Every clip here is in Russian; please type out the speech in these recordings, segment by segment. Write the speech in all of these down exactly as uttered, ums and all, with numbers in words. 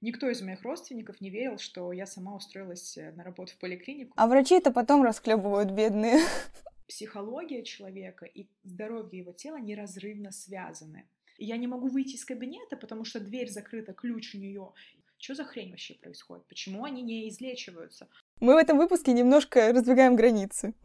Никто из моих родственников не верил, что я сама устроилась на работу в поликлинику. А врачи-то потом расхлебывают, бедные. Психология человека и здоровье его тела неразрывно связаны. И я не могу выйти из кабинета, потому что дверь закрыта, ключ у нее. Что за хрень вообще происходит? Почему они не излечиваются? Мы в этом выпуске немножко раздвигаем границы.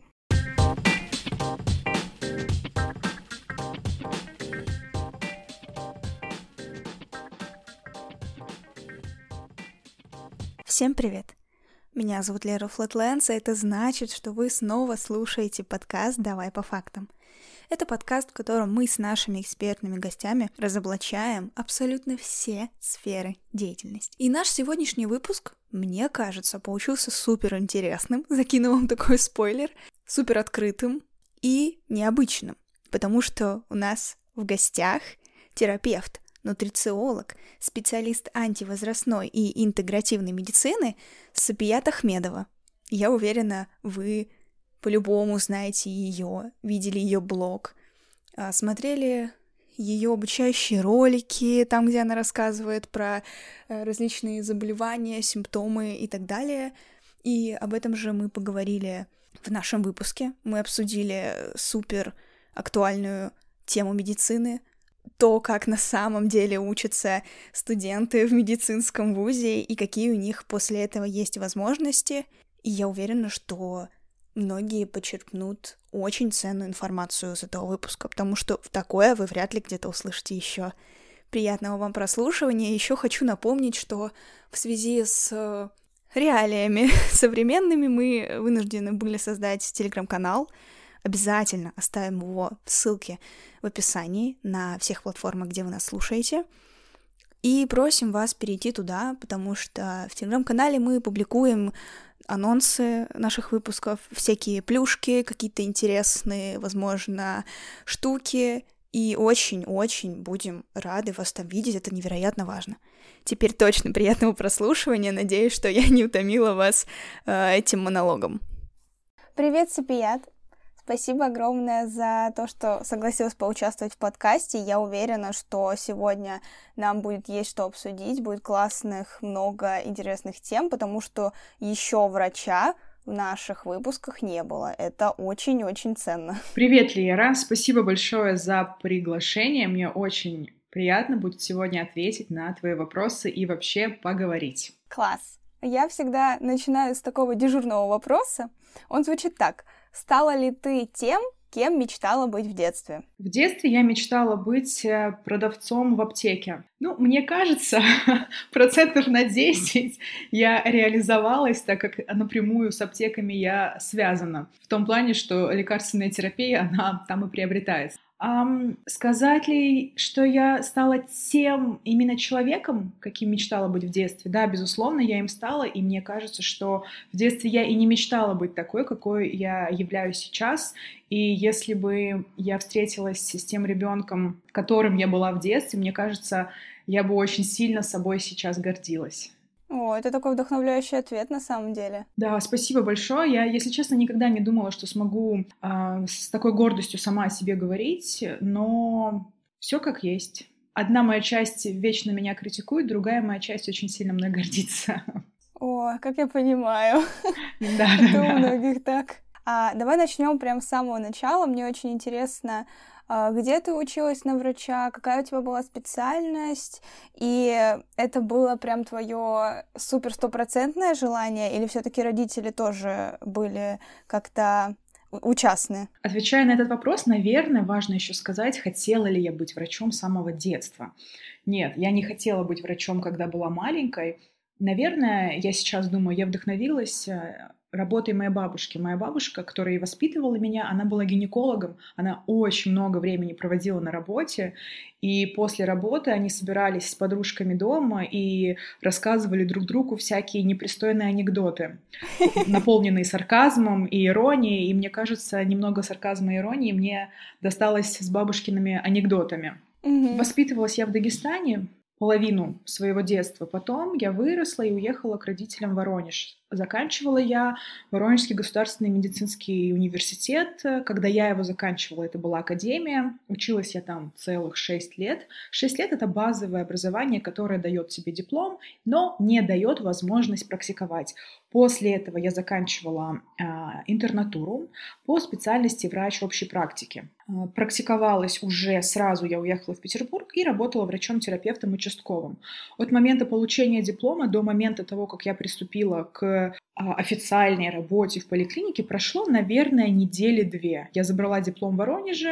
Всем привет! Меня зовут Лера Флэтлендс, и это значит, что вы снова слушаете подкаст «Давай по фактам». Это подкаст, в котором мы с нашими экспертными гостями разоблачаем абсолютно все сферы деятельности. И наш сегодняшний выпуск, мне кажется, получился супер интересным, закину вам такой спойлер, супер открытым и необычным, потому что у нас в гостях терапевт, нутрициолог, специалист антивозрастной и интегративной медицины Сапият Ахмедова. Я уверена, вы по-любому знаете ее, видели ее блог, смотрели ее обучающие ролики, там, где она рассказывает про различные заболевания, симптомы и так далее. И об этом же мы поговорили в нашем выпуске. Мы обсудили супер актуальную тему медицины, то, как на самом деле учатся студенты в медицинском вузе и какие у них после этого есть возможности. И я уверена, что многие почерпнут очень ценную информацию из этого выпуска, потому что в такое вы вряд ли где-то услышите еще. Приятного вам прослушивания. Еще хочу напомнить, что в связи с реалиями современными мы вынуждены были создать телеграм-канал. Обязательно оставим его в ссылке в описании на всех платформах, где вы нас слушаете. И просим вас перейти туда, потому что в телеграм-канале мы публикуем анонсы наших выпусков, всякие плюшки, какие-то интересные, возможно, штуки. И очень-очень будем рады вас там видеть, это невероятно важно. Теперь точно приятного прослушивания, надеюсь, что я не утомила вас э, этим монологом. Привет, Сапият! Спасибо огромное за то, что согласилась поучаствовать в подкасте. Я уверена, что сегодня нам будет есть что обсудить, будет классных, много интересных тем, потому что еще врача в наших выпусках не было. Это очень-очень ценно. Привет, Лера! Спасибо большое за приглашение. Мне очень приятно будет сегодня ответить на твои вопросы и вообще поговорить. Класс! Я всегда начинаю с такого дежурного вопроса. Он звучит так. Стала ли ты тем, кем мечтала быть в детстве? В детстве я мечтала быть продавцом в аптеке. Ну, мне кажется, процентов на десять я реализовалась, так как напрямую с аптеками я связана. В том плане, что лекарственная терапия, она там и приобретается. Um, сказать ли, что я стала тем именно человеком, каким мечтала быть в детстве? Да, безусловно, я им стала, и мне кажется, что в детстве я и не мечтала быть такой, какой я являюсь сейчас. И если бы я встретилась с тем ребенком, которым я была в детстве, мне кажется, я бы очень сильно собой сейчас гордилась. О, это такой вдохновляющий ответ на самом деле. Да, спасибо большое. Я, если честно, никогда не думала, что смогу э, с такой гордостью сама о себе говорить, но все как есть. Одна моя часть вечно меня критикует, другая моя часть очень сильно мной гордится. О, как я понимаю. Да, это у многих так. А, давай начнем прямо с самого начала. Мне очень интересно, где ты училась на врача, какая у тебя была специальность, и это было прям твое супер стопроцентное желание, или все-таки родители тоже были как-то участны? Отвечая на этот вопрос, наверное, важно еще сказать, хотела ли я быть врачом с самого детства. Нет, я не хотела быть врачом, когда была маленькой. Наверное, я сейчас думаю, я вдохновилась работой моей бабушки. Моя бабушка, которая воспитывала меня, она была гинекологом, она очень много времени проводила на работе, и после работы они собирались с подружками дома и рассказывали друг другу всякие непристойные анекдоты, наполненные сарказмом и иронией, и мне кажется, немного сарказма и иронии мне досталось с бабушкиными анекдотами. Mm-hmm. Воспитывалась я в Дагестане половину своего детства. Потом я выросла и уехала к родителям в Воронеж. Заканчивала я Воронежский государственный медицинский университет. Когда я его заканчивала, это была академия. Училась я там целых шесть лет. Шесть лет — это базовое образование, которое дает тебе диплом, но не дает возможность практиковать. После этого я заканчивала э, интернатуру по специальности врач общей практики. Э, практиковалась уже сразу, я уехала в Петербург и работала врачом-терапевтом участковым. От момента получения диплома до момента того, как я приступила к э, официальной работе в поликлинике, прошло, наверное, недели две. Я забрала диплом в Воронеже,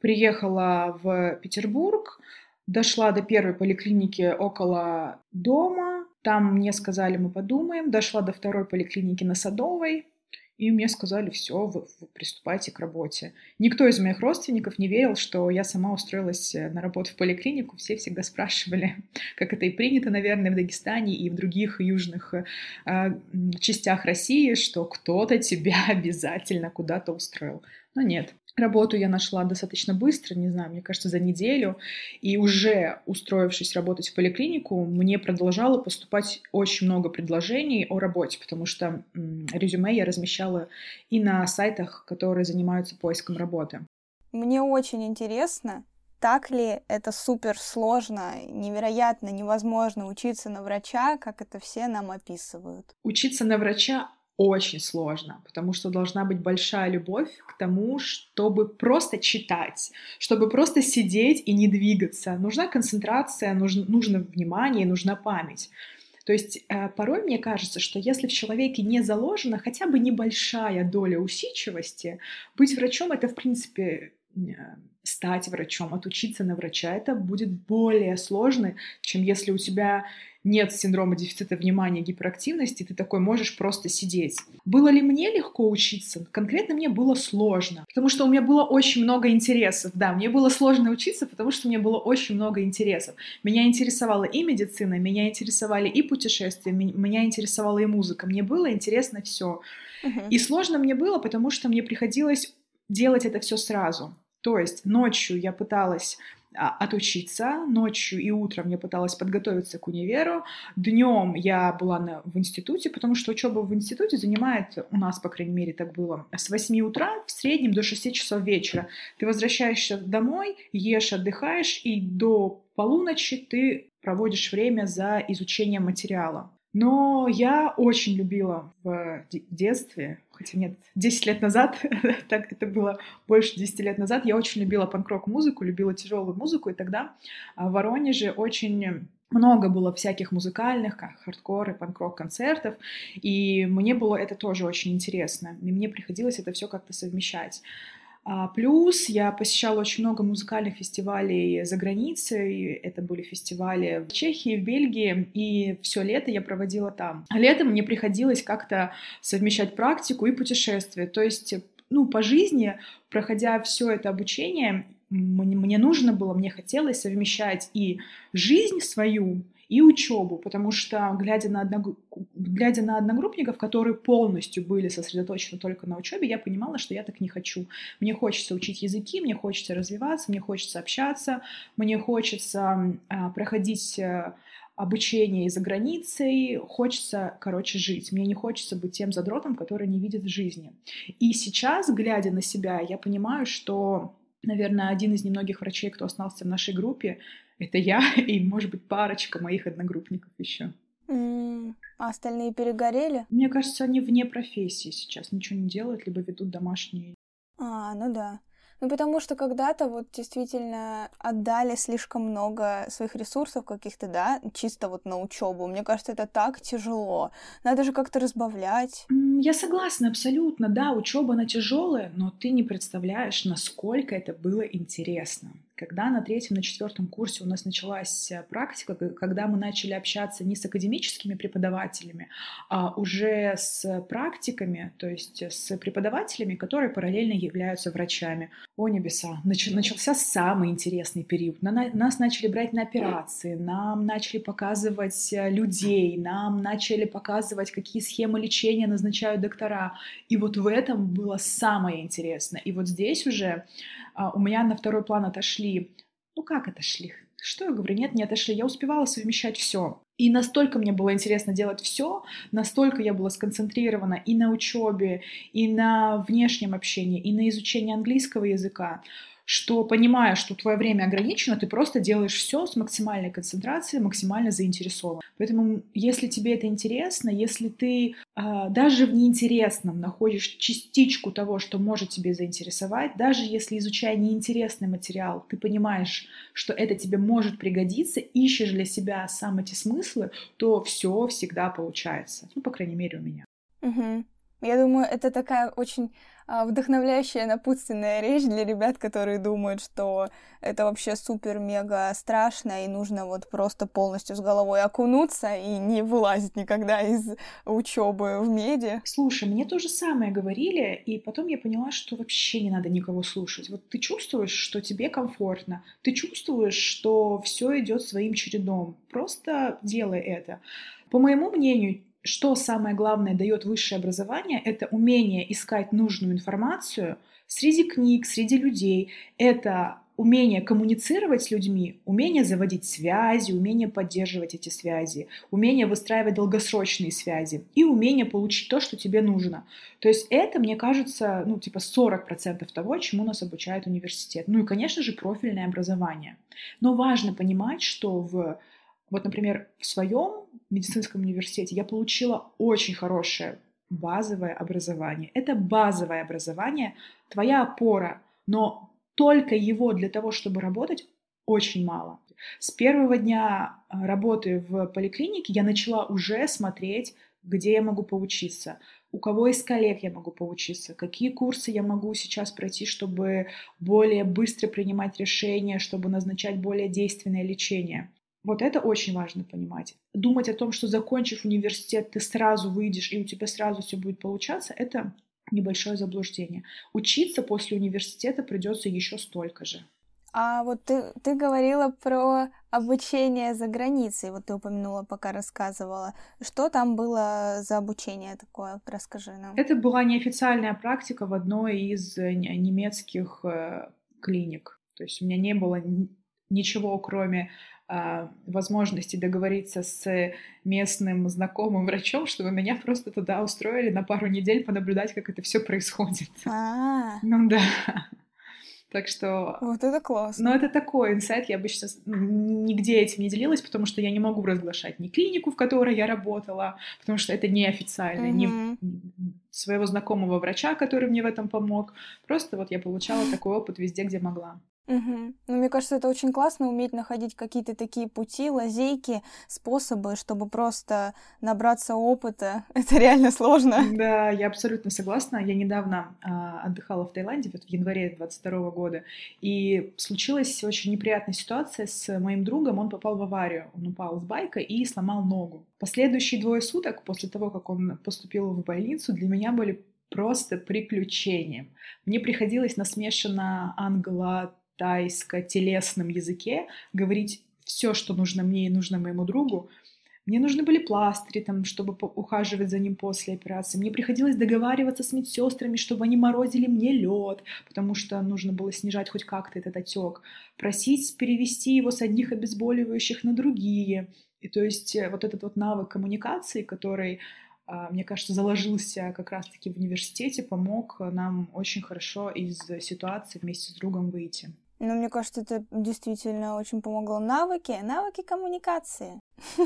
приехала в Петербург, дошла до первой поликлиники около дома. Там мне сказали, мы подумаем. Дошла до второй поликлиники на Садовой, и мне сказали, все, вы, вы приступайте к работе. Никто из моих родственников не верил, что я сама устроилась на работу в поликлинику. Все всегда спрашивали, как это и принято, наверное, в Дагестане и в других южных э, частях России, что кто-то тебя обязательно куда-то устроил. Но нет. Работу я нашла достаточно быстро, не знаю, мне кажется, за неделю. И уже устроившись работать в поликлинику, мне продолжало поступать очень много предложений о работе, потому что м, резюме я размещала и на сайтах, которые занимаются поиском работы. Мне очень интересно, так ли это супер сложно, невероятно невозможно учиться на врача, как это все нам описывают? Учиться на врача очень сложно, потому что должна быть большая любовь к тому, чтобы просто читать, чтобы просто сидеть и не двигаться. Нужна концентрация, нужно, нужно внимание, нужна память. То есть э, порой мне кажется, что если в человеке не заложена хотя бы небольшая доля усидчивости, быть врачом — это, в принципе, э, стать врачом, отучиться на врача — это будет более сложно, чем если у тебя нет синдрома дефицита внимания, гиперактивности, ты такой можешь просто сидеть. Было ли мне легко учиться? Конкретно мне было сложно, потому что у меня было очень много интересов. Да, мне было сложно учиться, потому что у меня было очень много интересов. Меня интересовала и медицина, меня интересовали и путешествия, меня интересовала и музыка. Мне было интересно все. Uh-huh. И сложно мне было, потому что мне приходилось делать это все сразу. То есть ночью я пыталась отучиться, ночью и утром я пыталась подготовиться к универу, днем я была на, в институте, потому что учеба в институте занимает, у нас, по крайней мере, так было, с восьми утра в среднем до шести часов вечера. Ты возвращаешься домой, ешь, отдыхаешь, и до полуночи ты проводишь время за изучением материала. Но я очень любила в детстве, хотя нет, десять лет назад, так это было больше десяти лет назад, я очень любила панк-рок музыку, любила тяжелую музыку, и тогда в Воронеже очень много было всяких музыкальных, как хардкор и панк-рок концертов, и мне было это тоже очень интересно, и мне приходилось это все как-то совмещать. Плюс я посещала очень много музыкальных фестивалей за границей. Это были фестивали в Чехии, в Бельгии, и все лето я проводила там. А летом мне приходилось как-то совмещать практику и путешествия. То есть, ну, по жизни, проходя все это обучение, мне нужно было, мне хотелось совмещать и жизнь свою, и учебу, потому что, глядя на, одногру... глядя на одногруппников, которые полностью были сосредоточены только на учебе, я понимала, что я так не хочу. Мне хочется учить языки, мне хочется развиваться, мне хочется общаться, мне хочется а, проходить а, обучение за границей, хочется, короче, жить. Мне не хочется быть тем задротом, который не видит в жизни. И сейчас, глядя на себя, я понимаю, что, наверное, один из немногих врачей, кто остался в нашей группе, это я и, может быть, парочка моих одногруппников еще. Mm, а остальные перегорели? Мне кажется, они вне профессии сейчас, ничего не делают, либо ведут домашние. А, ну да. Ну, потому что когда-то вот действительно отдали слишком много своих ресурсов каких-то, да, чисто вот на учебу. Мне кажется, это так тяжело. Надо же как-то разбавлять. Я согласна, абсолютно, да, учеба она тяжелая, но ты не представляешь, насколько это было интересно. Когда на третьем, на четвертом курсе у нас началась практика, когда мы начали общаться не с академическими преподавателями, а уже с практиками, то есть с преподавателями, которые параллельно являются врачами. О небеса, Нач- начался самый интересный период. На- нас начали брать на операции, нам начали показывать людей, нам начали показывать, какие схемы лечения назначают доктора. И вот в этом было самое интересное. И вот здесь уже а, у меня на второй план отошли. Ну как отошли? Что я говорю? Нет, не отошли. Я успевала совмещать все. И настолько мне было интересно делать все, настолько я была сконцентрирована и на учебе, и на внешнем общении, и на изучении английского языка, что, понимая, что твое время ограничено, ты просто делаешь все с максимальной концентрацией, максимально заинтересован. Поэтому, если тебе это интересно, если ты э, даже в неинтересном находишь частичку того, что может тебе заинтересовать, даже если, изучая неинтересный материал, ты понимаешь, что это тебе может пригодиться, ищешь для себя сам эти смыслы, то все всегда получается. Ну, по крайней мере, у меня. Угу. Я думаю, это такая очень а, вдохновляющая, напутственная речь для ребят, которые думают, что это вообще супер-мега страшно, и нужно вот просто полностью с головой окунуться и не вылазить никогда из учебы в меди. Слушай, мне то же самое говорили, и потом я поняла, что вообще не надо никого слушать. Вот ты чувствуешь, что тебе комфортно, ты чувствуешь, что все идет своим чередом. Просто делай это. По моему мнению, что самое главное дает высшее образование, это умение искать нужную информацию среди книг, среди людей. Это умение коммуницировать с людьми, умение заводить связи, умение поддерживать эти связи, умение выстраивать долгосрочные связи и умение получить то, что тебе нужно. То есть это, мне кажется, ну, типа сорок процентов того, чему нас обучает университет. Ну и, конечно же, профильное образование. Но важно понимать, что в Вот, например, в своем медицинском университете я получила очень хорошее базовое образование. Это базовое образование, твоя опора, но только его для того, чтобы работать, очень мало. С первого дня работы в поликлинике я начала уже смотреть, где я могу поучиться, у кого из коллег я могу поучиться, какие курсы я могу сейчас пройти, чтобы более быстро принимать решения, чтобы назначать более действенное лечение. Вот это очень важно понимать. Думать о том, что, закончив университет, ты сразу выйдешь и у тебя сразу все будет получаться, это небольшое заблуждение. Учиться после университета придется еще столько же. А вот ты, ты говорила про обучение за границей, вот ты упомянула, пока рассказывала. Что там было за обучение такое? Расскажи нам. Это была неофициальная практика в одной из немецких клиник. То есть у меня не было ничего, кроме возможности договориться с местным знакомым врачом, чтобы меня просто туда устроили на пару недель понаблюдать, как это все происходит. А-а-а. Ну да. Так что... Вот это классно. Но это такой инсайт, я обычно нигде этим не делилась, потому что я не могу разглашать ни клинику, в которой я работала, потому что это неофициально, mm-hmm. ни своего знакомого врача, который мне в этом помог. Просто вот я получала такой опыт везде, где могла. Угу. Ну, мне кажется, это очень классно уметь находить какие-то такие пути, лазейки, способы, чтобы просто набраться опыта. Это реально сложно. Да, я абсолютно согласна. Я недавно а, отдыхала в Таиланде, вот в январе двадцать второго года, и случилась очень неприятная ситуация с моим другом. Он попал в аварию, он упал с байка и сломал ногу. Последующие двое суток после того, как он поступил в больницу, для меня были просто приключением. Мне приходилось на смешанно англо тайско-телесном языке говорить все, что нужно мне и нужно моему другу. Мне нужны были пластыри, там, чтобы ухаживать за ним после операции. Мне приходилось договариваться с медсестрами, чтобы они морозили мне лед, потому что нужно было снижать хоть как-то этот отек. Просить перевести его с одних обезболивающих на другие. И то есть вот этот вот навык коммуникации, который, мне кажется, заложился как раз-таки в университете, помог нам очень хорошо из ситуации вместе с другом выйти. Ну, мне кажется, это действительно очень помогло. Навыки, навыки коммуникации.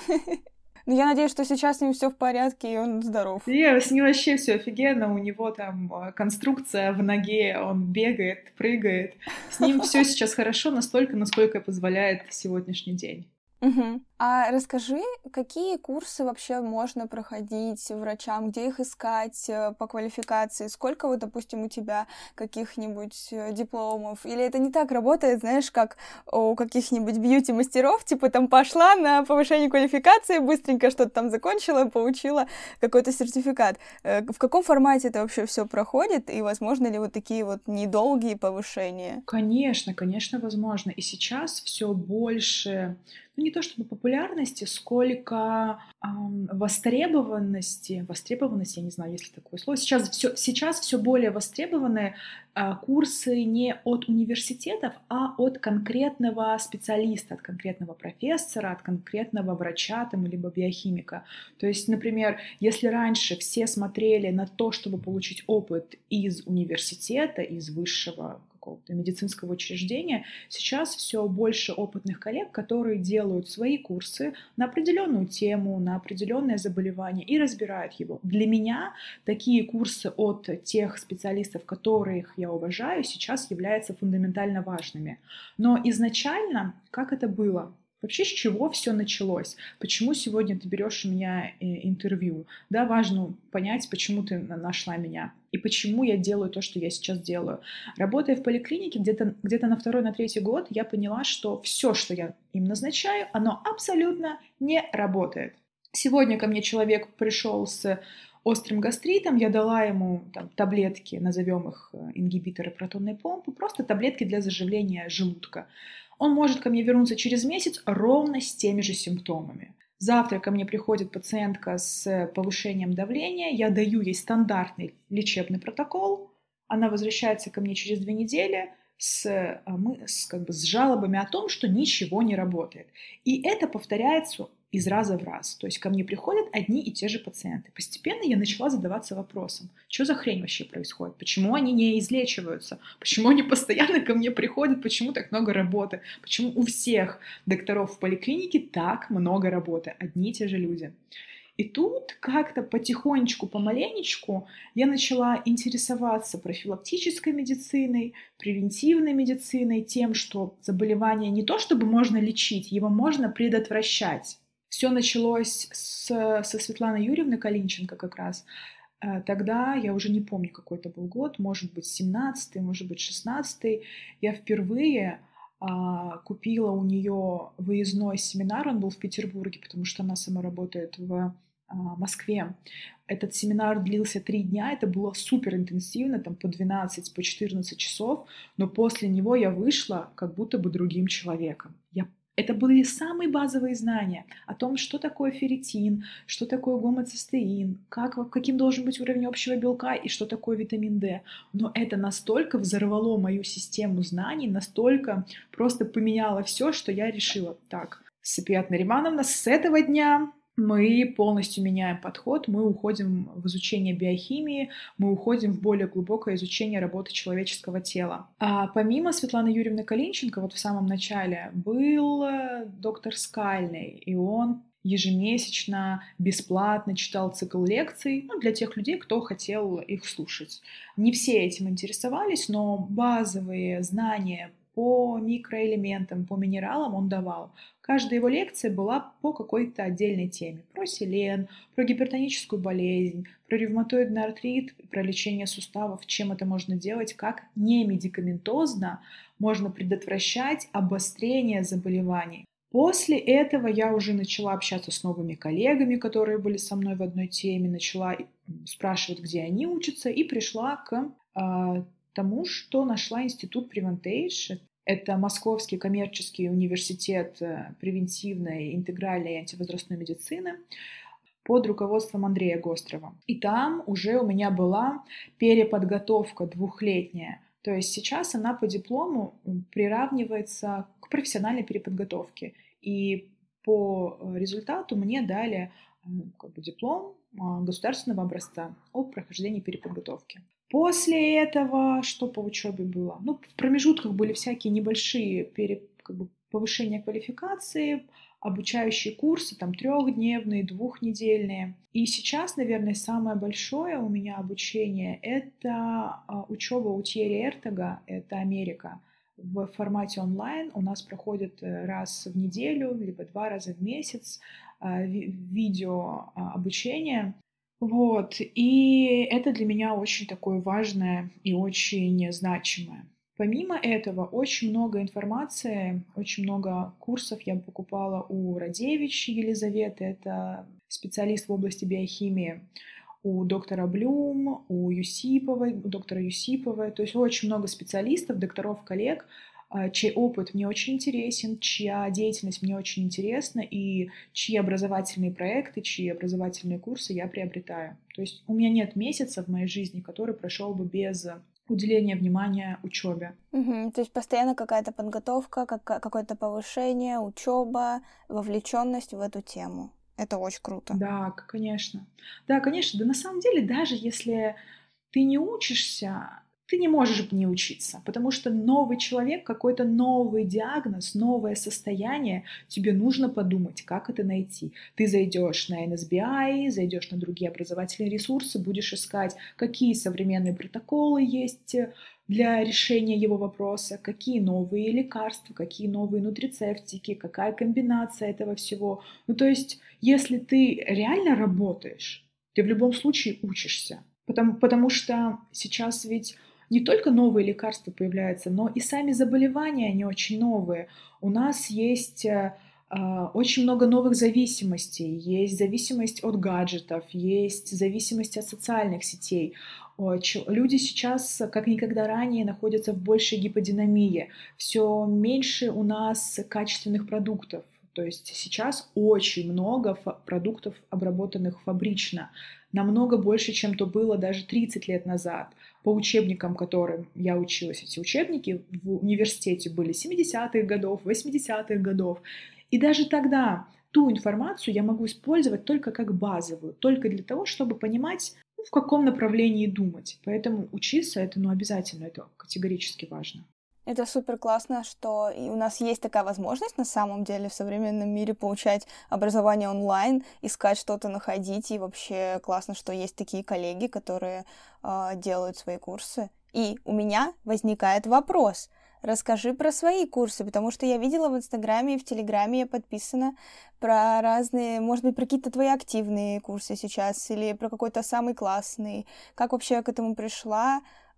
Ну, я надеюсь, что сейчас с ним все в порядке, и он здоров. Yeah, с ним вообще все офигенно, у него там конструкция в ноге, он бегает, прыгает. С ним все сейчас хорошо, настолько, насколько позволяет сегодняшний день. Угу. А расскажи, какие курсы вообще можно проходить врачам, где их искать по квалификации, сколько вот, допустим, у тебя каких-нибудь дипломов, или это не так работает, знаешь, как у каких-нибудь бьюти-мастеров, типа там пошла на повышение квалификации, быстренько что-то там закончила, получила какой-то сертификат. В каком формате это вообще все проходит, и возможно ли вот такие вот недолгие повышения? Конечно, конечно, возможно. И сейчас все больше ну, не то чтобы популярности, сколько эм, востребованности, востребованности, я не знаю, есть ли такое слово, сейчас все, сейчас все более востребованы э, курсы не от университетов, а от конкретного специалиста, от конкретного профессора, от конкретного врача там, либо биохимика. То есть, например, если раньше все смотрели на то, чтобы получить опыт из университета, из высшего какого-то медицинского учреждения, сейчас все больше опытных коллег, которые делают свои курсы на определенную тему, на определенное заболевание и разбирают его. Для меня такие курсы от тех специалистов, которых я уважаю, сейчас являются фундаментально важными. Но изначально, как это было? Вообще, с чего все началось? Почему сегодня ты берешь у меня интервью? Да, важно понять, почему ты нашла меня и почему я делаю то, что я сейчас делаю. Работая в поликлинике, где-то, где-то на второй, на третий год, я поняла, что все, что я им назначаю, оно абсолютно не работает. Сегодня ко мне человек пришел с острым гастритом, я дала ему там, таблетки, назовем их ингибиторы протонной помпы, просто таблетки для заживления желудка. Он может ко мне вернуться через месяц ровно с теми же симптомами. Завтра ко мне приходит пациентка с повышением давления, я даю ей стандартный лечебный протокол, она возвращается ко мне через две недели с, мы, с, как бы, с жалобами о том, что ничего не работает. И это повторяется из раза в раз. То есть ко мне приходят одни и те же пациенты. Постепенно я начала задаваться вопросом, что за хрень вообще происходит, почему они не излечиваются, почему они постоянно ко мне приходят, почему так много работы, почему у всех докторов в поликлинике так много работы, одни и те же люди. И тут как-то потихонечку, помаленечку я начала интересоваться профилактической медициной, превентивной медициной, тем, что заболевание не то чтобы можно лечить, его можно предотвращать. Все началось с, со Светланы Юрьевны Калинченко как раз. Тогда, я уже не помню, какой это был год, может быть, семнадцатый, может быть, шестнадцатый, я впервые а, купила у нее выездной семинар, он был в Петербурге, потому что она сама работает в а, Москве. Этот семинар длился три дня, это было супер интенсивно, там по двенадцать, по четырнадцать часов, но после него я вышла как будто бы другим человеком. Я Это были самые базовые знания о том, что такое ферритин, что такое гомоцистеин, как, каким должен быть уровень общего белка и что такое витамин D. Но это настолько взорвало мою систему знаний, настолько просто поменяло все, что я решила. Так, Сапият Наримановна, с этого дня мы полностью меняем подход, мы уходим в изучение биохимии, мы уходим в более глубокое изучение работы человеческого тела. А помимо Светланы Юрьевны Калинченко, вот в самом начале был доктор Скальный, и он ежемесячно бесплатно читал цикл лекций, ну, для тех людей, кто хотел их слушать. Не все этим интересовались, но базовые знания по микроэлементам, по минералам он давал. Каждая его лекция была по какой-то отдельной теме. Про селен, про гипертоническую болезнь, про ревматоидный артрит, про лечение суставов, чем это можно делать, как не медикаментозно можно предотвращать обострение заболеваний. После этого я уже начала общаться с новыми коллегами, которые были со мной в одной теме, начала спрашивать, где они учатся, и пришла к э, тому, что нашла институт Preventage. Это Московский коммерческий университет превентивной, интегральной и антивозрастной медицины под руководством Андрея Гострова. И там уже у меня была переподготовка двухлетняя. То есть сейчас она по диплому приравнивается к профессиональной переподготовке. И по результату мне дали как бы, диплом государственного образца о прохождении переподготовки. После этого, что по учебе было? Ну, в промежутках были всякие небольшие пере, как бы, повышения квалификации, обучающие курсы, там, трехдневные, двухнедельные. И сейчас, наверное, самое большое у меня обучение — это учеба у Тьерри Эртага, это Америка. В формате онлайн у нас проходит раз в неделю, либо два раза в месяц видео обучение. Вот, и это для меня очень такое важное и очень значимое. Помимо этого, очень много информации, очень много курсов я покупала у Радевич Елизаветы, это специалист в области биохимии, у доктора Блюм, у Юсиповой, у доктора Юсиповой, то есть очень много специалистов, докторов, коллег, чей опыт мне очень интересен, чья деятельность мне очень интересна и чьи образовательные проекты, чьи образовательные курсы я приобретаю. То есть у меня нет месяца в моей жизни, который прошел бы без уделения внимания учебе. Угу. То есть постоянно какая-то подготовка, как, какое-то повышение, учеба, вовлеченность в эту тему. Это очень круто. Да, конечно. Да, конечно. Да на самом деле, даже если ты не учишься, ты не можешь не учиться, потому что новый человек, какой-то новый диагноз, новое состояние, тебе нужно подумать, как это найти. Ты зайдешь на эн эс би ай, зайдешь на другие образовательные ресурсы, будешь искать, какие современные протоколы есть для решения его вопроса, какие новые лекарства, какие новые нутрицептики, какая комбинация этого всего. Ну, то есть, если ты реально работаешь, ты в любом случае учишься. Потому, потому что сейчас ведь не только новые лекарства появляются, но и сами заболевания, они очень новые. У нас есть э, очень много новых зависимостей. Есть зависимость от гаджетов, есть зависимость от социальных сетей. Люди сейчас, как никогда ранее, находятся в большей гиподинамии. Все меньше у нас качественных продуктов. То есть сейчас очень много продуктов, обработанных фабрично. Намного больше, чем то было даже тридцать лет назад. По учебникам, которым я училась, эти учебники в университете были семидесятых годов, восьмидесятых годов. И даже тогда ту информацию я могу использовать только как базовую, только для того, чтобы понимать, ну, в каком направлении думать. Поэтому учиться это ну, обязательно, это категорически важно. Это супер классно, что и у нас есть такая возможность на самом деле в современном мире получать образование онлайн, искать что-то, находить, и вообще классно, что есть такие коллеги, которые э, делают свои курсы. И у меня возникает вопрос. Расскажи про свои курсы, потому что я видела в Инстаграме и в Телеграме, я подписана про разные, может быть, про какие-то твои активные курсы сейчас или про какой-то самый классный. Как вообще я к этому пришла?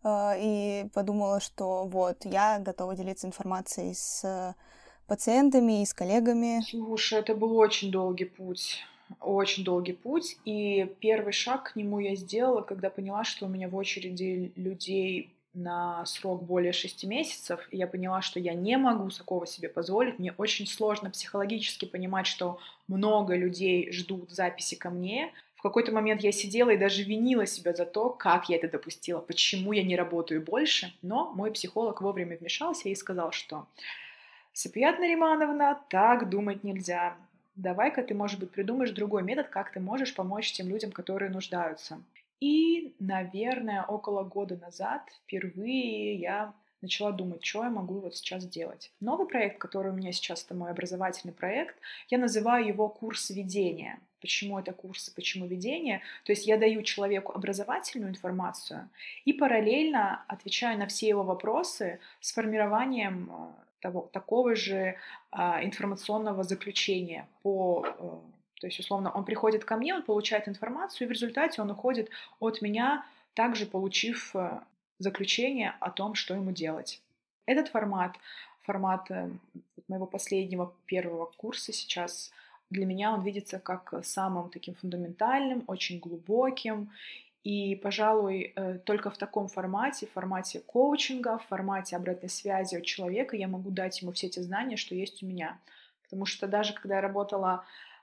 И подумала, что вот, я готова делиться информацией с пациентами и с коллегами. Слушай, это был очень долгий путь, очень долгий путь, и первый шаг к нему я сделала, когда поняла, что у меня в очереди людей на срок более шести месяцев, и я поняла, что я не могу такого себе позволить, мне очень сложно психологически понимать, что много людей ждут записи ко мне. В какой-то момент я сидела и даже винила себя за то, как я это допустила, почему я не работаю больше. Но мой психолог вовремя вмешался и сказал, что «Сапият Наримановна, так думать нельзя. Давай-ка ты, может быть, придумаешь другой метод, как ты можешь помочь тем людям, которые нуждаются». И, наверное, около года назад впервые я начала думать, что я могу вот сейчас делать. Новый проект, который у меня сейчас, это мой образовательный проект, я называю его «Курс ведения». Почему это курсы, почему ведение? То есть я даю человеку образовательную информацию и параллельно отвечаю на все его вопросы с формированием того, такого же а, информационного заключения по... То есть, условно, он приходит ко мне, он получает информацию, и в результате он уходит от меня, также получив заключение о том, что ему делать. Этот формат, формат моего последнего первого курса сейчас, для меня он видится как самым таким фундаментальным, очень глубоким. И, пожалуй, только в таком формате, в формате коучинга, в формате обратной связи от человека я могу дать ему все те знания, что есть у меня. Потому что даже когда я работала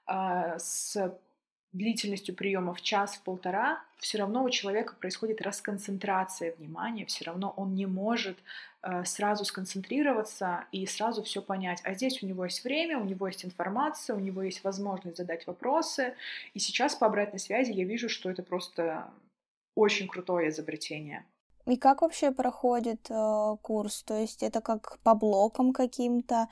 э, с длительностью приема в час, в полтора, все равно у человека происходит расконцентрация внимания, все равно он не может э, сразу сконцентрироваться и сразу все понять. А здесь у него есть время, у него есть информация, у него есть возможность задать вопросы. И сейчас по обратной связи я вижу, что это просто очень крутое изобретение. И как вообще проходит э, курс? То есть это как по блокам каким-то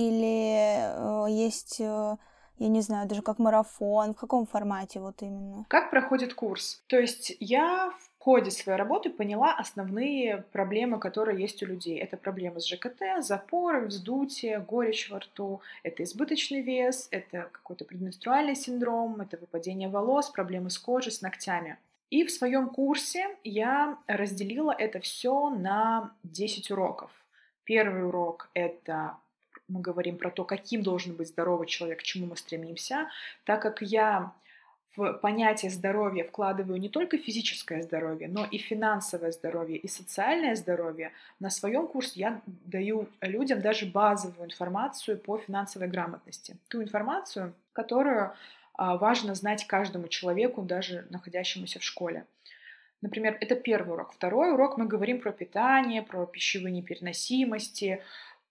или э, есть... Э, я не знаю, даже как марафон, в каком формате вот именно? Как проходит курс? То есть я в ходе своей работы поняла основные проблемы, которые есть у людей. Это проблемы с ЖКТ, запоры, вздутие, горечь во рту, это избыточный вес, это какой-то предменструальный синдром, это выпадение волос, проблемы с кожей, с ногтями. И в своем курсе я разделила это все на десять уроков. Первый урок — это мы говорим про то, каким должен быть здоровый человек, к чему мы стремимся. Так как я в понятие здоровья вкладываю не только физическое здоровье, но и финансовое здоровье, и социальное здоровье, на своем курсе я даю людям даже базовую информацию по финансовой грамотности. Ту информацию, которую важно знать каждому человеку, даже находящемуся в школе. Например, это первый урок. Второй урок мы говорим про питание, про пищевые непереносимости,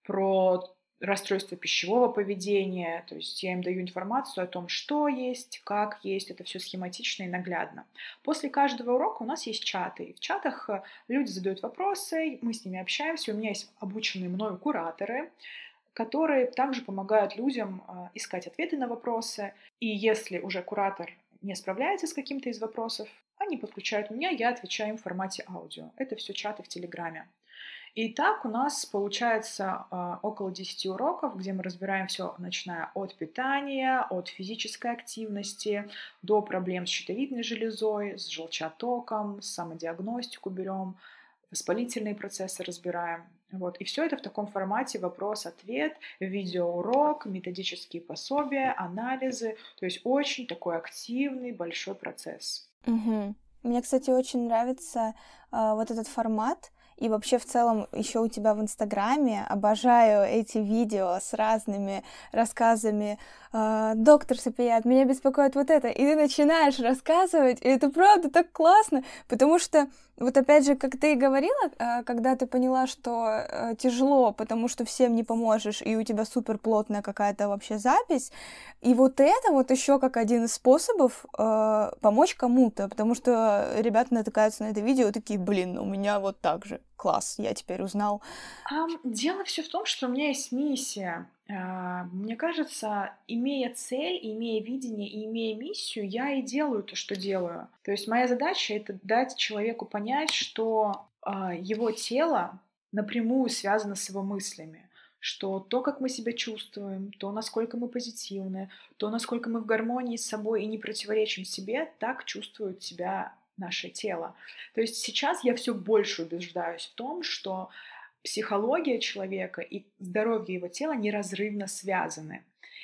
про расстройство пищевого поведения. То есть я им даю информацию о том, что есть, как есть. Это все схематично и наглядно. После каждого урока у нас есть чаты. И в чатах люди задают вопросы, мы с ними общаемся. У меня есть обученные мною кураторы, которые также помогают людям искать ответы на вопросы. И если уже куратор не справляется с каким-то из вопросов, они подключают меня, я отвечаю им в формате аудио. Это все чаты в Телеграме. И так у нас получается э, около десяти уроков, где мы разбираем все, начиная от питания, от физической активности, до проблем с щитовидной железой, с желчеотоком, с самодиагностику берем, воспалительные процессы разбираем. Вот. И все это в таком формате вопрос-ответ, видеоурок, методические пособия, анализы. То есть очень такой активный, большой процесс. Угу. Мне, кстати, очень нравится э, вот этот формат. И вообще в целом еще у тебя в Инстаграме обожаю эти видео с разными рассказами. «Доктор Сапият, меня беспокоит вот это». И ты начинаешь рассказывать, и это правда так классно, потому что вот опять же, как ты и говорила, когда ты поняла, что тяжело, потому что всем не поможешь, и у тебя супер плотная какая-то вообще запись, и вот это вот еще как один из способов э, помочь кому-то, потому что ребята натыкаются на это видео и такие, блин, у меня вот так же, класс, я теперь узнал. Um, дело все в том, что у меня есть миссия. Uh, мне кажется, имея цель, имея видение и имея миссию, я и делаю то, что делаю. То есть моя задача — это дать человеку понять, что uh, его тело напрямую связано с его мыслями, что то, как мы себя чувствуем, то, насколько мы позитивны, то, насколько мы в гармонии с собой и не противоречим себе, так чувствует себя наше тело. То есть сейчас я все больше убеждаюсь в том, что психология человека и здоровье его тела неразрывно связаны.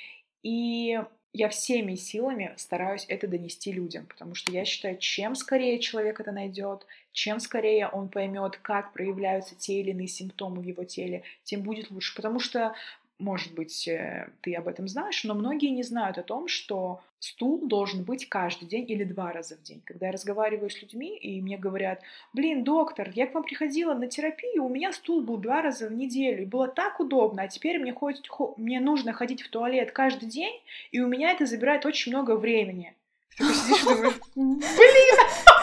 И я всеми силами стараюсь это донести людям, потому что я считаю, чем скорее человек это найдет, чем скорее он поймет, как проявляются те или иные симптомы в его теле, тем будет лучше. Потому что, может быть, ты об этом знаешь, но многие не знают о том, что стул должен быть каждый день или два раза в день. Когда я разговариваю с людьми, и мне говорят, блин, доктор, я к вам приходила на терапию, у меня стул был два раза в неделю, и было так удобно, а теперь мне, ходит, мне нужно ходить в туалет каждый день, и у меня это забирает очень много времени. Ты такой сидишь и думаешь, блин,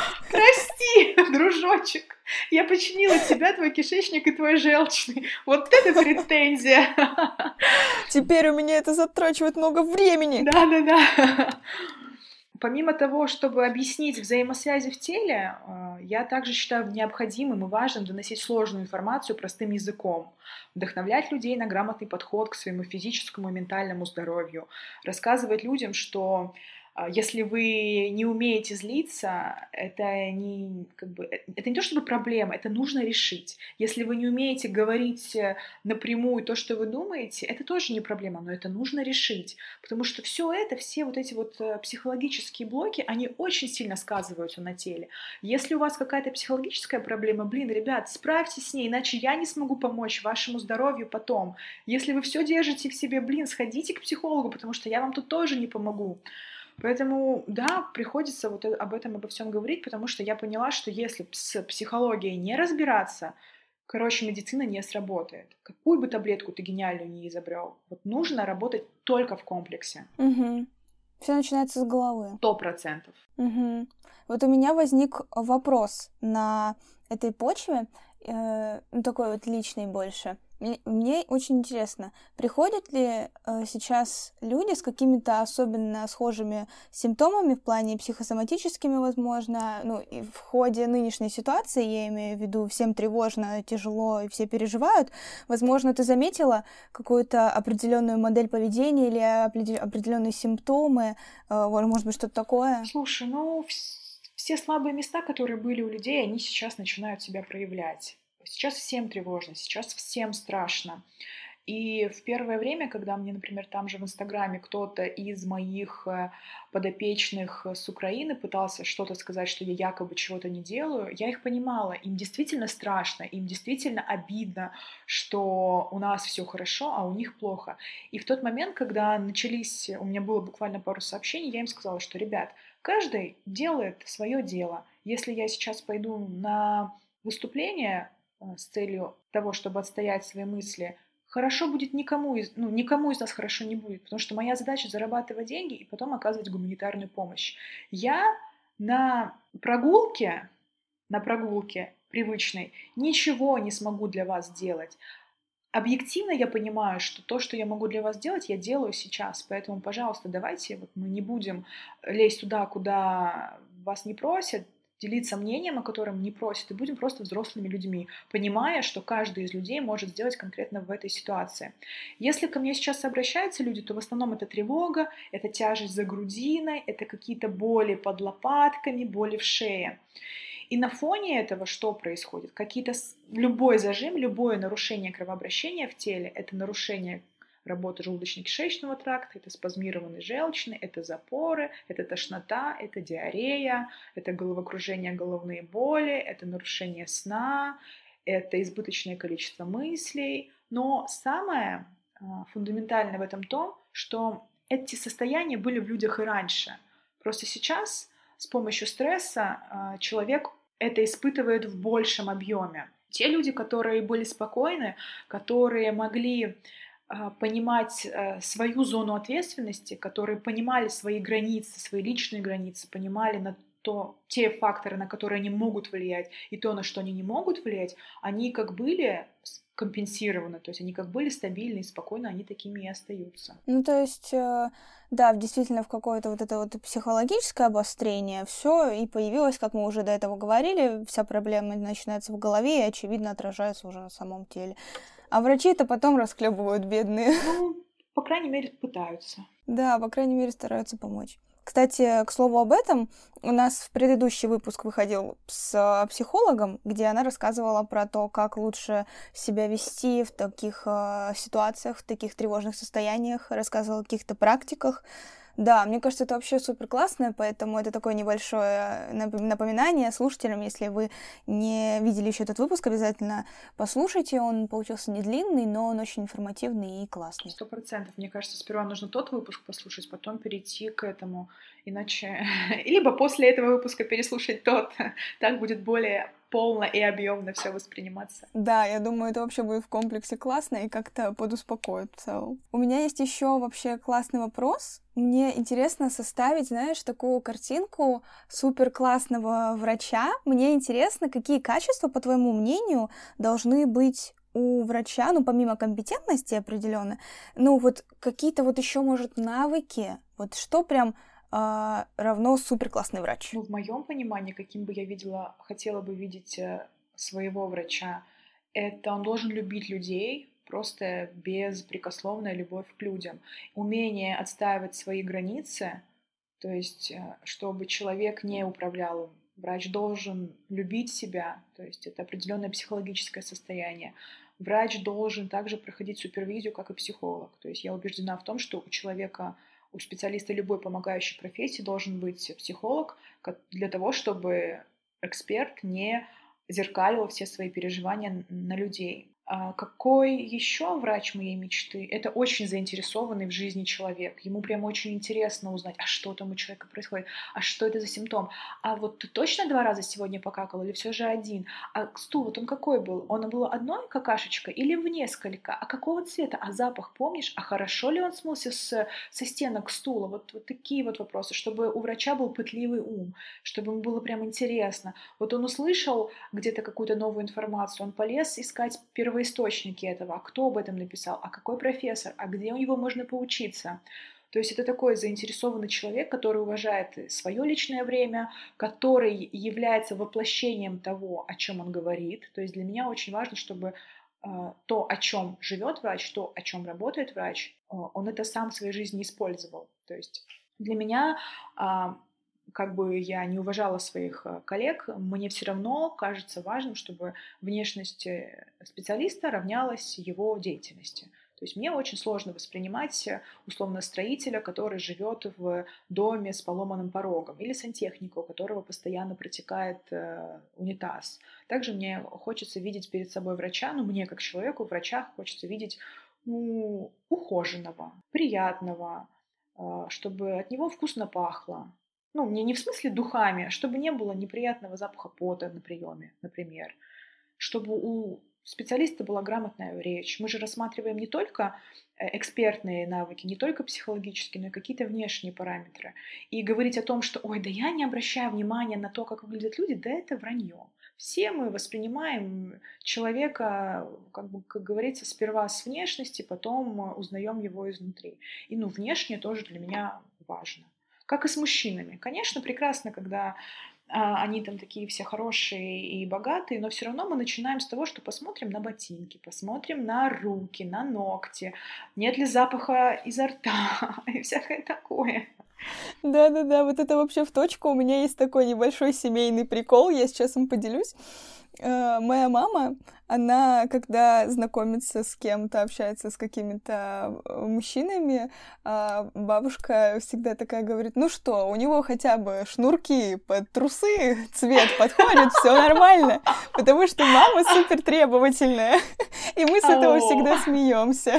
прости, дружочек, я починила тебя, твой кишечник и твой желчный. Вот это претензия. Теперь у меня это затрачивает много времени. Да-да-да. Помимо того, чтобы объяснить взаимосвязи в теле, я также считаю необходимым и важным доносить сложную информацию простым языком, вдохновлять людей на грамотный подход к своему физическому и ментальному здоровью, рассказывать людям, что если вы не умеете злиться, это не, как бы, это не то чтобы проблема, это нужно решить. Если вы не умеете говорить напрямую то, что вы думаете, это тоже не проблема, но это нужно решить. Потому что все это, все вот эти вот психологические блоки, они очень сильно сказываются на теле. Если у вас какая-то психологическая проблема, блин, ребят, справьтесь с ней, иначе я не смогу помочь вашему здоровью потом. Если вы все держите в себе, блин, сходите к психологу, потому что я вам тут тоже не помогу. Поэтому, да, приходится вот об этом, обо всем говорить, потому что я поняла, что если с психологией не разбираться, короче, медицина не сработает. Какую бы таблетку ты гениальную не изобрел, вот нужно работать только в комплексе. Угу. Все начинается с головы. Сто процентов. Угу. Вот у меня возник вопрос на этой почве, э, ну, такой вот личный больше. Мне очень интересно, приходят ли э, сейчас люди с какими-то особенно схожими симптомами в плане психосоматическими, возможно, ну, и в ходе нынешней ситуации, я имею в виду, всем тревожно, тяжело, и все переживают, возможно, ты заметила какую-то определенную модель поведения или определенные симптомы, э, может быть, что-то такое? Слушай, ну, все слабые места, которые были у людей, они сейчас начинают себя проявлять. Сейчас всем тревожно, сейчас всем страшно. И в первое время, когда мне, например, там же в Инстаграме кто-то из моих э, подопечных с Украины пытался что-то сказать, что я якобы чего-то не делаю, я их понимала. Им действительно страшно, им действительно обидно, что у нас все хорошо, а у них плохо. И в тот момент, когда начались, у меня было буквально пару сообщений, я им сказала, что, ребят, каждый делает свое дело. Если я сейчас пойду на выступление э, с целью того, чтобы отстоять свои мысли, хорошо будет никому из, ну, никому из нас хорошо не будет, потому что моя задача зарабатывать деньги и потом оказывать гуманитарную помощь. Я на прогулке, на прогулке привычной ничего не смогу для вас сделать. Объективно я понимаю, что то, что я могу для вас делать, я делаю сейчас. Поэтому, пожалуйста, давайте вот мы не будем лезть туда, куда вас не просят, делиться мнением, о котором не просят, и будем просто взрослыми людьми, понимая, что каждый из людей может сделать конкретно в этой ситуации. Если ко мне сейчас обращаются люди, то в основном это тревога, это тяжесть за грудиной, это какие-то боли под лопатками, боли в шее. И на фоне этого что происходит? Какие-то любой зажим, любое нарушение кровообращения в теле — это нарушение работы желудочно-кишечного тракта, это спазмированный желчный, это запоры, это тошнота, это диарея, это головокружение, головные боли, это нарушение сна, это избыточное количество мыслей. Но самое фундаментальное в этом то, что эти состояния были в людях и раньше. Просто сейчас с помощью стресса человек это испытывает в большем объеме. Те люди, которые были спокойны, которые могли э, понимать э, свою зону ответственности, которые понимали свои границы, свои личные границы, понимали на то, те факторы, на которые они могут влиять, и то, на что они не могут влиять, они как были компенсированы, то есть они как были стабильны и спокойны, они такими и остаются. Ну, то есть, э, да, действительно, в какое-то вот это вот психологическое обострение все и появилось, как мы уже до этого говорили, вся проблема начинается в голове и, очевидно, отражается уже на самом теле. А врачи это потом расхлебывают, бедные. Ну, по крайней мере, пытаются. Да, по крайней мере, стараются помочь. Кстати, к слову об этом, у нас в предыдущий выпуск выходил с психологом, где она рассказывала про то, как лучше себя вести в таких э, ситуациях, в таких тревожных состояниях, рассказывала о каких-то практиках. Да, мне кажется, это вообще супер классно, поэтому это такое небольшое напоминание слушателям. Если вы не видели еще этот выпуск, обязательно послушайте. Он получился не длинный, но он очень информативный и классный. Сто процентов. Мне кажется, сперва нужно тот выпуск послушать, потом перейти к этому. Иначе... Либо после этого выпуска переслушать тот. Так будет более полно и объемно все восприниматься. Да, я думаю, это вообще будет в комплексе классно и как-то подуспокоит в целом. У меня есть еще вообще классный вопрос. Мне интересно составить, знаешь, такую картинку супер классного врача. Мне интересно, какие качества, по твоему мнению, должны быть у врача, ну, помимо компетентности определенно, ну, вот какие-то вот еще, может, навыки, вот что прям Uh, равно супер классный врач. Ну, в моем понимании, каким бы я видела, хотела бы видеть своего врача, это он должен любить людей, просто беспрекословная любовь к людям, умение отстаивать свои границы, то есть чтобы человек не управлял им. Врач должен любить себя, то есть это определенное психологическое состояние. Врач должен также проходить супервизию, как и психолог. То есть я убеждена в том, что у человека, у специалиста любой помогающей профессии должен быть психолог для того, чтобы эксперт не зеркалил все свои переживания на людей. А какой еще врач моей мечты? Это очень заинтересованный в жизни человек. Ему прям очень интересно узнать, а что там у человека происходит, а что это за симптом. А вот ты точно два раза сегодня покакал или все же один? А стул, вот он какой был? Он был одной какашечкой или в несколько? А какого цвета? А запах помнишь? А хорошо ли он смылся с, со стенок стула? Вот, вот такие вот вопросы, чтобы у врача был пытливый ум, чтобы ему было прям интересно. Вот он услышал где-то какую-то новую информацию, он полез искать первые источники этого, а кто об этом написал, а какой профессор, а где у него можно поучиться. То есть это такой заинтересованный человек, который уважает свое личное время, который является воплощением того, о чем он говорит. То есть для меня очень важно, чтобы э, то, о чем живет врач, то, о чем работает врач, э, он это сам в своей жизни использовал. То есть для меня э, как бы я не уважала своих коллег, мне все равно кажется важным, чтобы внешность специалиста равнялась его деятельности. То есть мне очень сложно воспринимать условно строителя, который живет в доме с поломанным порогом, или сантехника, у которого постоянно протекает э, унитаз. Также мне хочется видеть перед собой врача, ну мне как человеку в врачах хочется видеть ну, ухоженного, приятного, э, чтобы от него вкусно пахло. Ну, мне не в смысле духами, а чтобы не было неприятного запаха пота на приеме, например. Чтобы у специалиста была грамотная речь. Мы же рассматриваем не только экспертные навыки, не только психологические, но и какие-то внешние параметры. И говорить о том, что «ой, да я не обращаю внимания на то, как выглядят люди», да это вранье. Все мы воспринимаем человека, как бы, как говорится, сперва с внешности, потом узнаем его изнутри. И ну, внешнее тоже для меня важно. Как и с мужчинами. Конечно, прекрасно, когда а, они там такие все хорошие и богатые, но все равно мы начинаем с того, что посмотрим на ботинки, посмотрим на руки, на ногти, нет ли запаха изо рта и всякое такое. Да-да-да, вот это вообще в точку. У меня есть такой небольшой семейный прикол, я сейчас им поделюсь. Моя мама, она, когда знакомится с кем-то, общается с какими-то мужчинами, бабушка всегда такая говорит: ну что, у него хотя бы шнурки под трусы, цвет подходит, все нормально, потому что мама супер требовательная, и мы с этого всегда смеемся.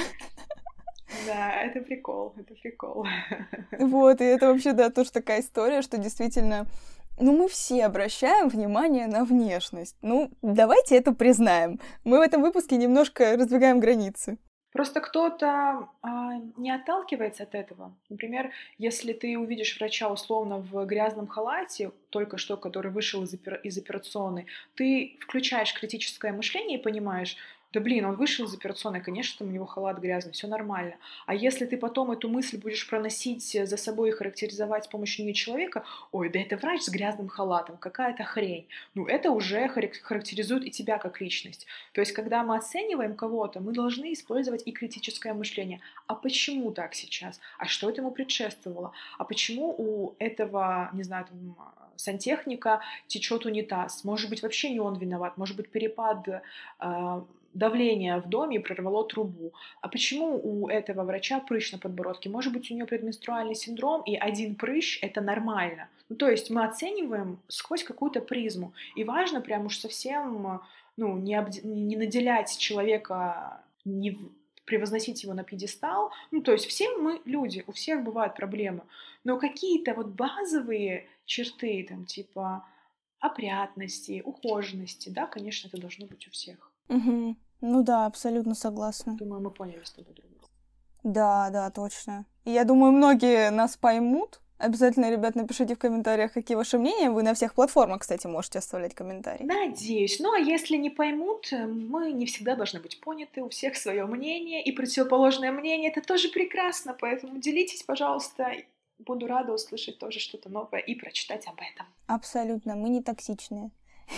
Да, это прикол, это прикол. Вот, и это вообще, да, тоже такая история, что действительно... Ну, мы все обращаем внимание на внешность. Ну, давайте это признаем. Мы в этом выпуске немножко раздвигаем границы. Просто кто-то а, не отталкивается от этого. Например, если ты увидишь врача условно в грязном халате, только что, который вышел из, опера- из операционной, ты включаешь критическое мышление и понимаешь, да блин, он вышел из операционной, конечно, там у него халат грязный, все нормально. А если ты потом эту мысль будешь проносить за собой и характеризовать с помощью нее человека, ой, да это врач с грязным халатом, какая-то хрень. Ну, это уже характеризует и тебя как личность. То есть, когда мы оцениваем кого-то, мы должны использовать и критическое мышление. А почему так сейчас? А что этому предшествовало? А почему у этого, не знаю, там, сантехника течет унитаз? Может быть, вообще не он виноват, может быть, перепад э, давление в доме и прорвало трубу. А почему у этого врача прыщ на подбородке? Может быть, у нее предменструальный синдром, и один прыщ — это нормально. Ну, то есть мы оцениваем сквозь какую-то призму. И важно прям уж совсем ну, не, обд... не наделять человека, не превозносить его на пьедестал. Ну, то есть все мы люди, у всех бывают проблемы. Но какие-то вот базовые черты, там, типа опрятности, ухоженности, да, конечно, это должно быть у всех. Угу. Ну да, абсолютно согласна. Думаю, мы поняли с тобой друг друга. Да, да, точно. И я думаю, многие нас поймут. Обязательно, ребят, напишите в комментариях, какие ваши мнения. Вы на всех платформах, кстати, можете оставлять комментарии. Надеюсь. Ну, а если не поймут, мы не всегда должны быть поняты. У всех свое мнение, и противоположное мнение — это тоже прекрасно. Поэтому делитесь, пожалуйста. Буду рада услышать тоже что-то новое и прочитать об этом. Абсолютно. Мы не токсичные.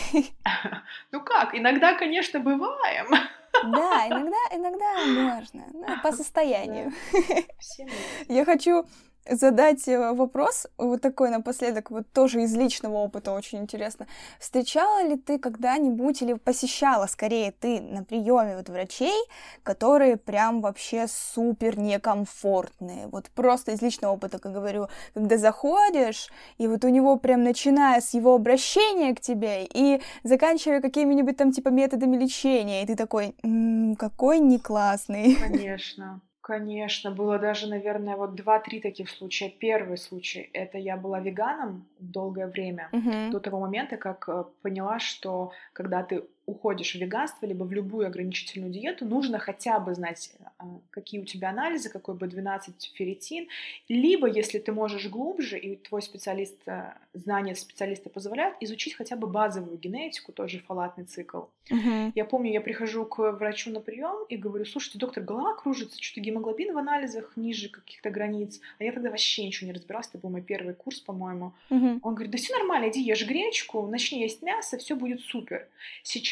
Ну как, иногда, конечно, бываем. Да, иногда, иногда можно, ну, по состоянию. Всем Я хочу задать вопрос вот такой напоследок, вот тоже из личного опыта, очень интересно. Встречала ли ты когда-нибудь или посещала, скорее, ты на приеме вот врачей, которые прям вообще супер некомфортные? Вот просто из личного опыта, как говорю, когда заходишь, и вот у него прям начиная с его обращения к тебе и заканчивая какими-нибудь там типа методами лечения, и ты такой, м-м, какой не классный. Конечно. Конечно, было даже, наверное, вот два-три таких случая. Первый случай — это я была веганом долгое время, uh-huh. до того момента, как поняла, что когда ты уходишь в веганство, либо в любую ограничительную диету, нужно хотя бы знать, какие у тебя анализы, какой би двенадцать, ферритин, либо, если ты можешь глубже, и твой специалист, знания специалиста позволяют, изучить хотя бы базовую генетику, тоже фолатный цикл. Uh-huh. Я помню, я прихожу к врачу на прием и говорю: слушайте, доктор, голова кружится, что-то гемоглобин в анализах ниже каких-то границ. А я тогда вообще ничего не разбиралась, это был мой первый курс, по-моему. Uh-huh. Он говорит: да все нормально, иди ешь гречку, начни есть мясо, все будет супер. Сейчас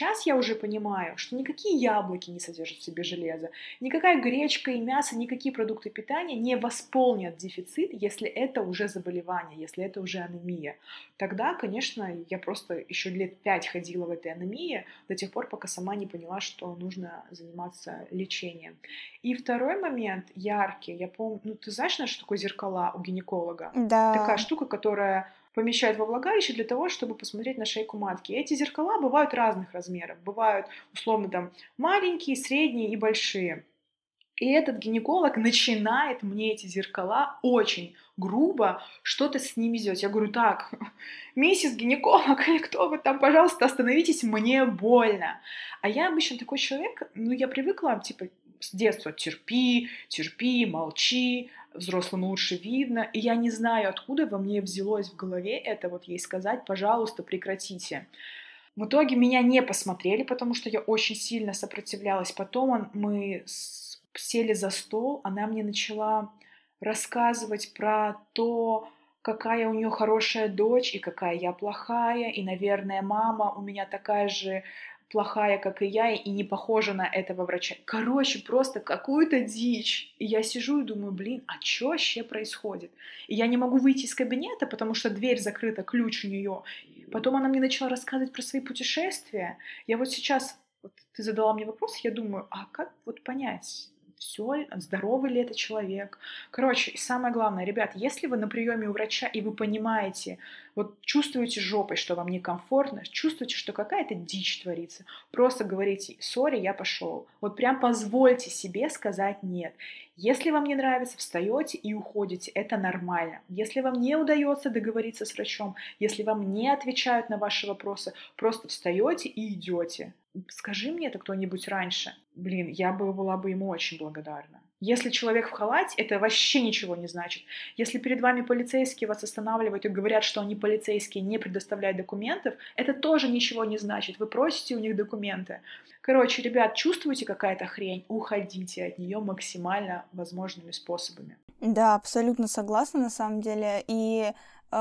сейчас я уже понимаю, что никакие яблоки не содержат в себе железо, никакая гречка и мясо, никакие продукты питания не восполнят дефицит, если это уже заболевание, если это уже анемия. Тогда, конечно, я просто еще лет пять ходила в этой анемии до тех пор, пока сама не поняла, что нужно заниматься лечением. И второй момент яркий, я помню, ну ты знаешь, что такое зеркала у гинеколога? Да. Такая штука, которая помещают во влагалище для того, чтобы посмотреть на шейку матки. Эти зеркала бывают разных размеров. Бывают, условно, там маленькие, средние и большие. И этот гинеколог начинает мне эти зеркала очень грубо что-то с ними сделать. Я говорю, так, миссис гинеколог, или кто вы там, пожалуйста, остановитесь, мне больно. А я обычно такой человек, ну, я привыкла, типа, с детства терпи, терпи, молчи, взрослым лучше видно. И я не знаю, откуда во мне взялось в голове это вот ей сказать, пожалуйста, прекратите. В итоге меня не посмотрели, потому что я очень сильно сопротивлялась. Потом он, мы сели за стол, она мне начала рассказывать про то, какая у нее хорошая дочь и какая я плохая, и, наверное, мама у меня такая же плохая, как и я, и не похожа на этого врача. Короче, просто какую-то дичь. И я сижу и думаю, блин, а что вообще происходит? И я не могу выйти из кабинета, потому что дверь закрыта, ключ у нее. Потом она мне начала рассказывать про свои путешествия. Я вот сейчас, вот ты задала мне вопрос, я думаю, а как вот понять, все, здоровый ли это человек? Короче, и самое главное, ребят, если вы на приеме у врача и вы понимаете, вот чувствуете жопой, что вам некомфортно, чувствуете, что какая-то дичь творится, просто говорите, сори, я пошел. Вот прям позвольте себе сказать нет. Если вам не нравится, встаете и уходите, это нормально. Если вам не удается договориться с врачом, если вам не отвечают на ваши вопросы, просто встаете и идете. Скажи мне это кто-нибудь раньше. Блин, я бы была бы ему очень благодарна. Если человек в халате, это вообще ничего не значит. Если перед вами полицейские вас останавливают и говорят, что они полицейские, не предоставляют документов, это тоже ничего не значит. Вы просите у них документы. Короче, ребят, чувствуете какая-то хрень, уходите от нее максимально возможными способами. Да, абсолютно согласна на самом деле. И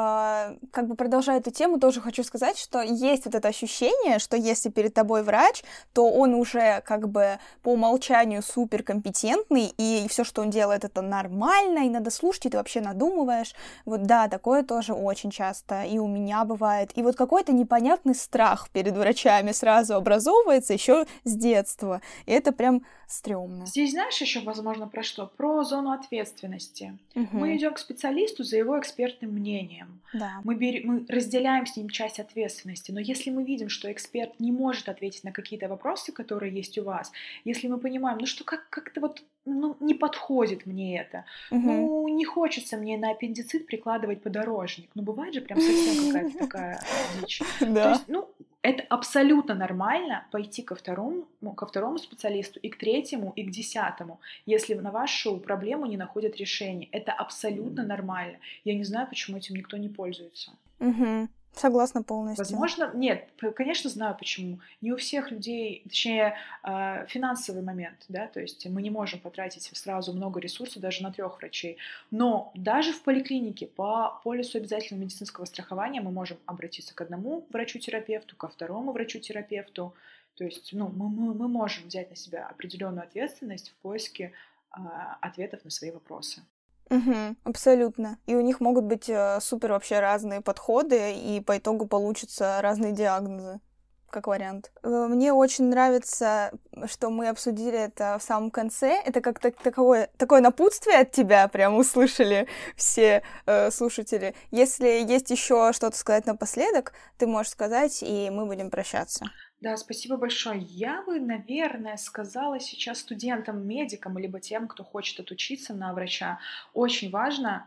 как бы продолжая эту тему, тоже хочу сказать, что есть вот это ощущение, что если перед тобой врач, то он уже как бы по умолчанию суперкомпетентный, и все, что он делает, это нормально, и надо слушать, и ты вообще надумываешь. Вот да, такое тоже очень часто и у меня бывает. И вот какой-то непонятный страх перед врачами сразу образовывается еще с детства. И это прям стрёмно. Здесь знаешь еще, возможно, про что? Про зону ответственности. Угу. Мы идем к специалисту за его экспертным мнением. Да. Мы, бер... мы разделяем с ним часть ответственности, но если мы видим, что эксперт не может ответить на какие-то вопросы, которые есть у вас, если мы понимаем, ну что как- как-то вот ну, не подходит мне это, Угу. ну не хочется мне на аппендицит прикладывать подорожник, ну бывает же прям совсем какая-то такая дичь. То есть, ну, это абсолютно нормально пойти ко второму, ну, ко второму специалисту, и к третьему, и к десятому, если на вашу проблему не находят решение. Это абсолютно нормально. Я не знаю, почему этим никто не пользуется. Угу. Согласна полностью. Возможно, нет, конечно, знаю почему. Не у всех людей, точнее, финансовый момент, да, то есть мы не можем потратить сразу много ресурсов даже на трех врачей. Но даже в поликлинике по полису обязательного медицинского страхования мы можем обратиться к одному врачу-терапевту, ко второму врачу-терапевту. То есть, ну, мы, мы, мы можем взять на себя определенную ответственность в поиске а, ответов на свои вопросы. Угу, абсолютно. И у них могут быть э, супер вообще разные подходы, и по итогу получатся разные диагнозы, как вариант. Э, Мне очень нравится, что мы обсудили это в самом конце. Это как-то такое, такое напутствие от тебя, прям услышали все э, слушатели. Если есть еще что-то сказать напоследок, ты можешь сказать, и мы будем прощаться. Да, спасибо большое. Я бы, наверное, сказала сейчас студентам, медикам, либо тем, кто хочет отучиться на врача, очень важно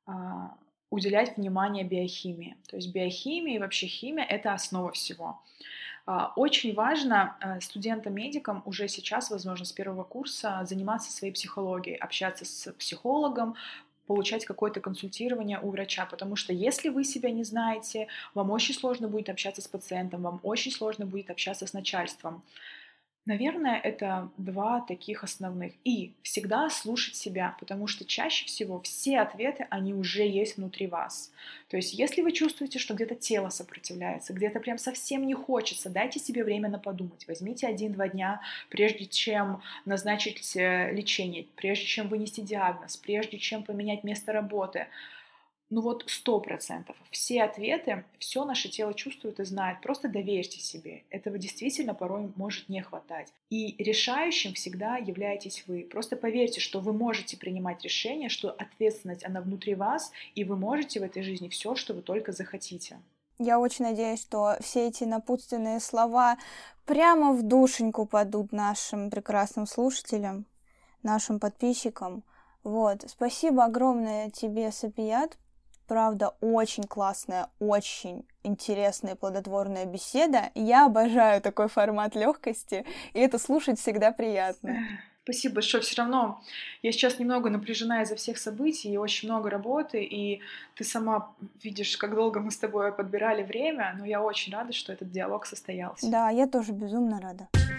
а, уделять внимание биохимии. То есть биохимия и вообще химия — это основа всего. А, очень важно а, студентам-медикам уже сейчас, возможно, с первого курса заниматься своей психологией, общаться с психологом, получать какое-то консультирование у врача, потому что если вы себя не знаете, вам очень сложно будет общаться с пациентом, вам очень сложно будет общаться с начальством. Наверное, это два таких основных. И всегда слушать себя, потому что чаще всего все ответы, они уже есть внутри вас. То есть если вы чувствуете, что где-то тело сопротивляется, где-то прям совсем не хочется, дайте себе время на подумать. Возьмите один-два дня, прежде чем назначить э, лечение, прежде чем вынести диагноз, прежде чем поменять место работы. Ну вот сто процентов. Все ответы, все наше тело чувствует и знает. Просто доверьте себе. Этого действительно порой может не хватать. И решающим всегда являетесь вы. Просто поверьте, что вы можете принимать решения, что ответственность, она внутри вас, и вы можете в этой жизни все, что вы только захотите. Я очень надеюсь, что все эти напутственные слова прямо в душеньку падут нашим прекрасным слушателям, нашим подписчикам. Вот. Спасибо огромное тебе, Сапият. Правда, очень классная, очень интересная, плодотворная беседа. Я обожаю такой формат легкости, и это слушать всегда приятно. Спасибо большое. Все равно я сейчас немного напряжена из-за всех событий, и очень много работы, и ты сама видишь, как долго мы с тобой подбирали время, но я очень рада, что этот диалог состоялся. Да, я тоже безумно рада.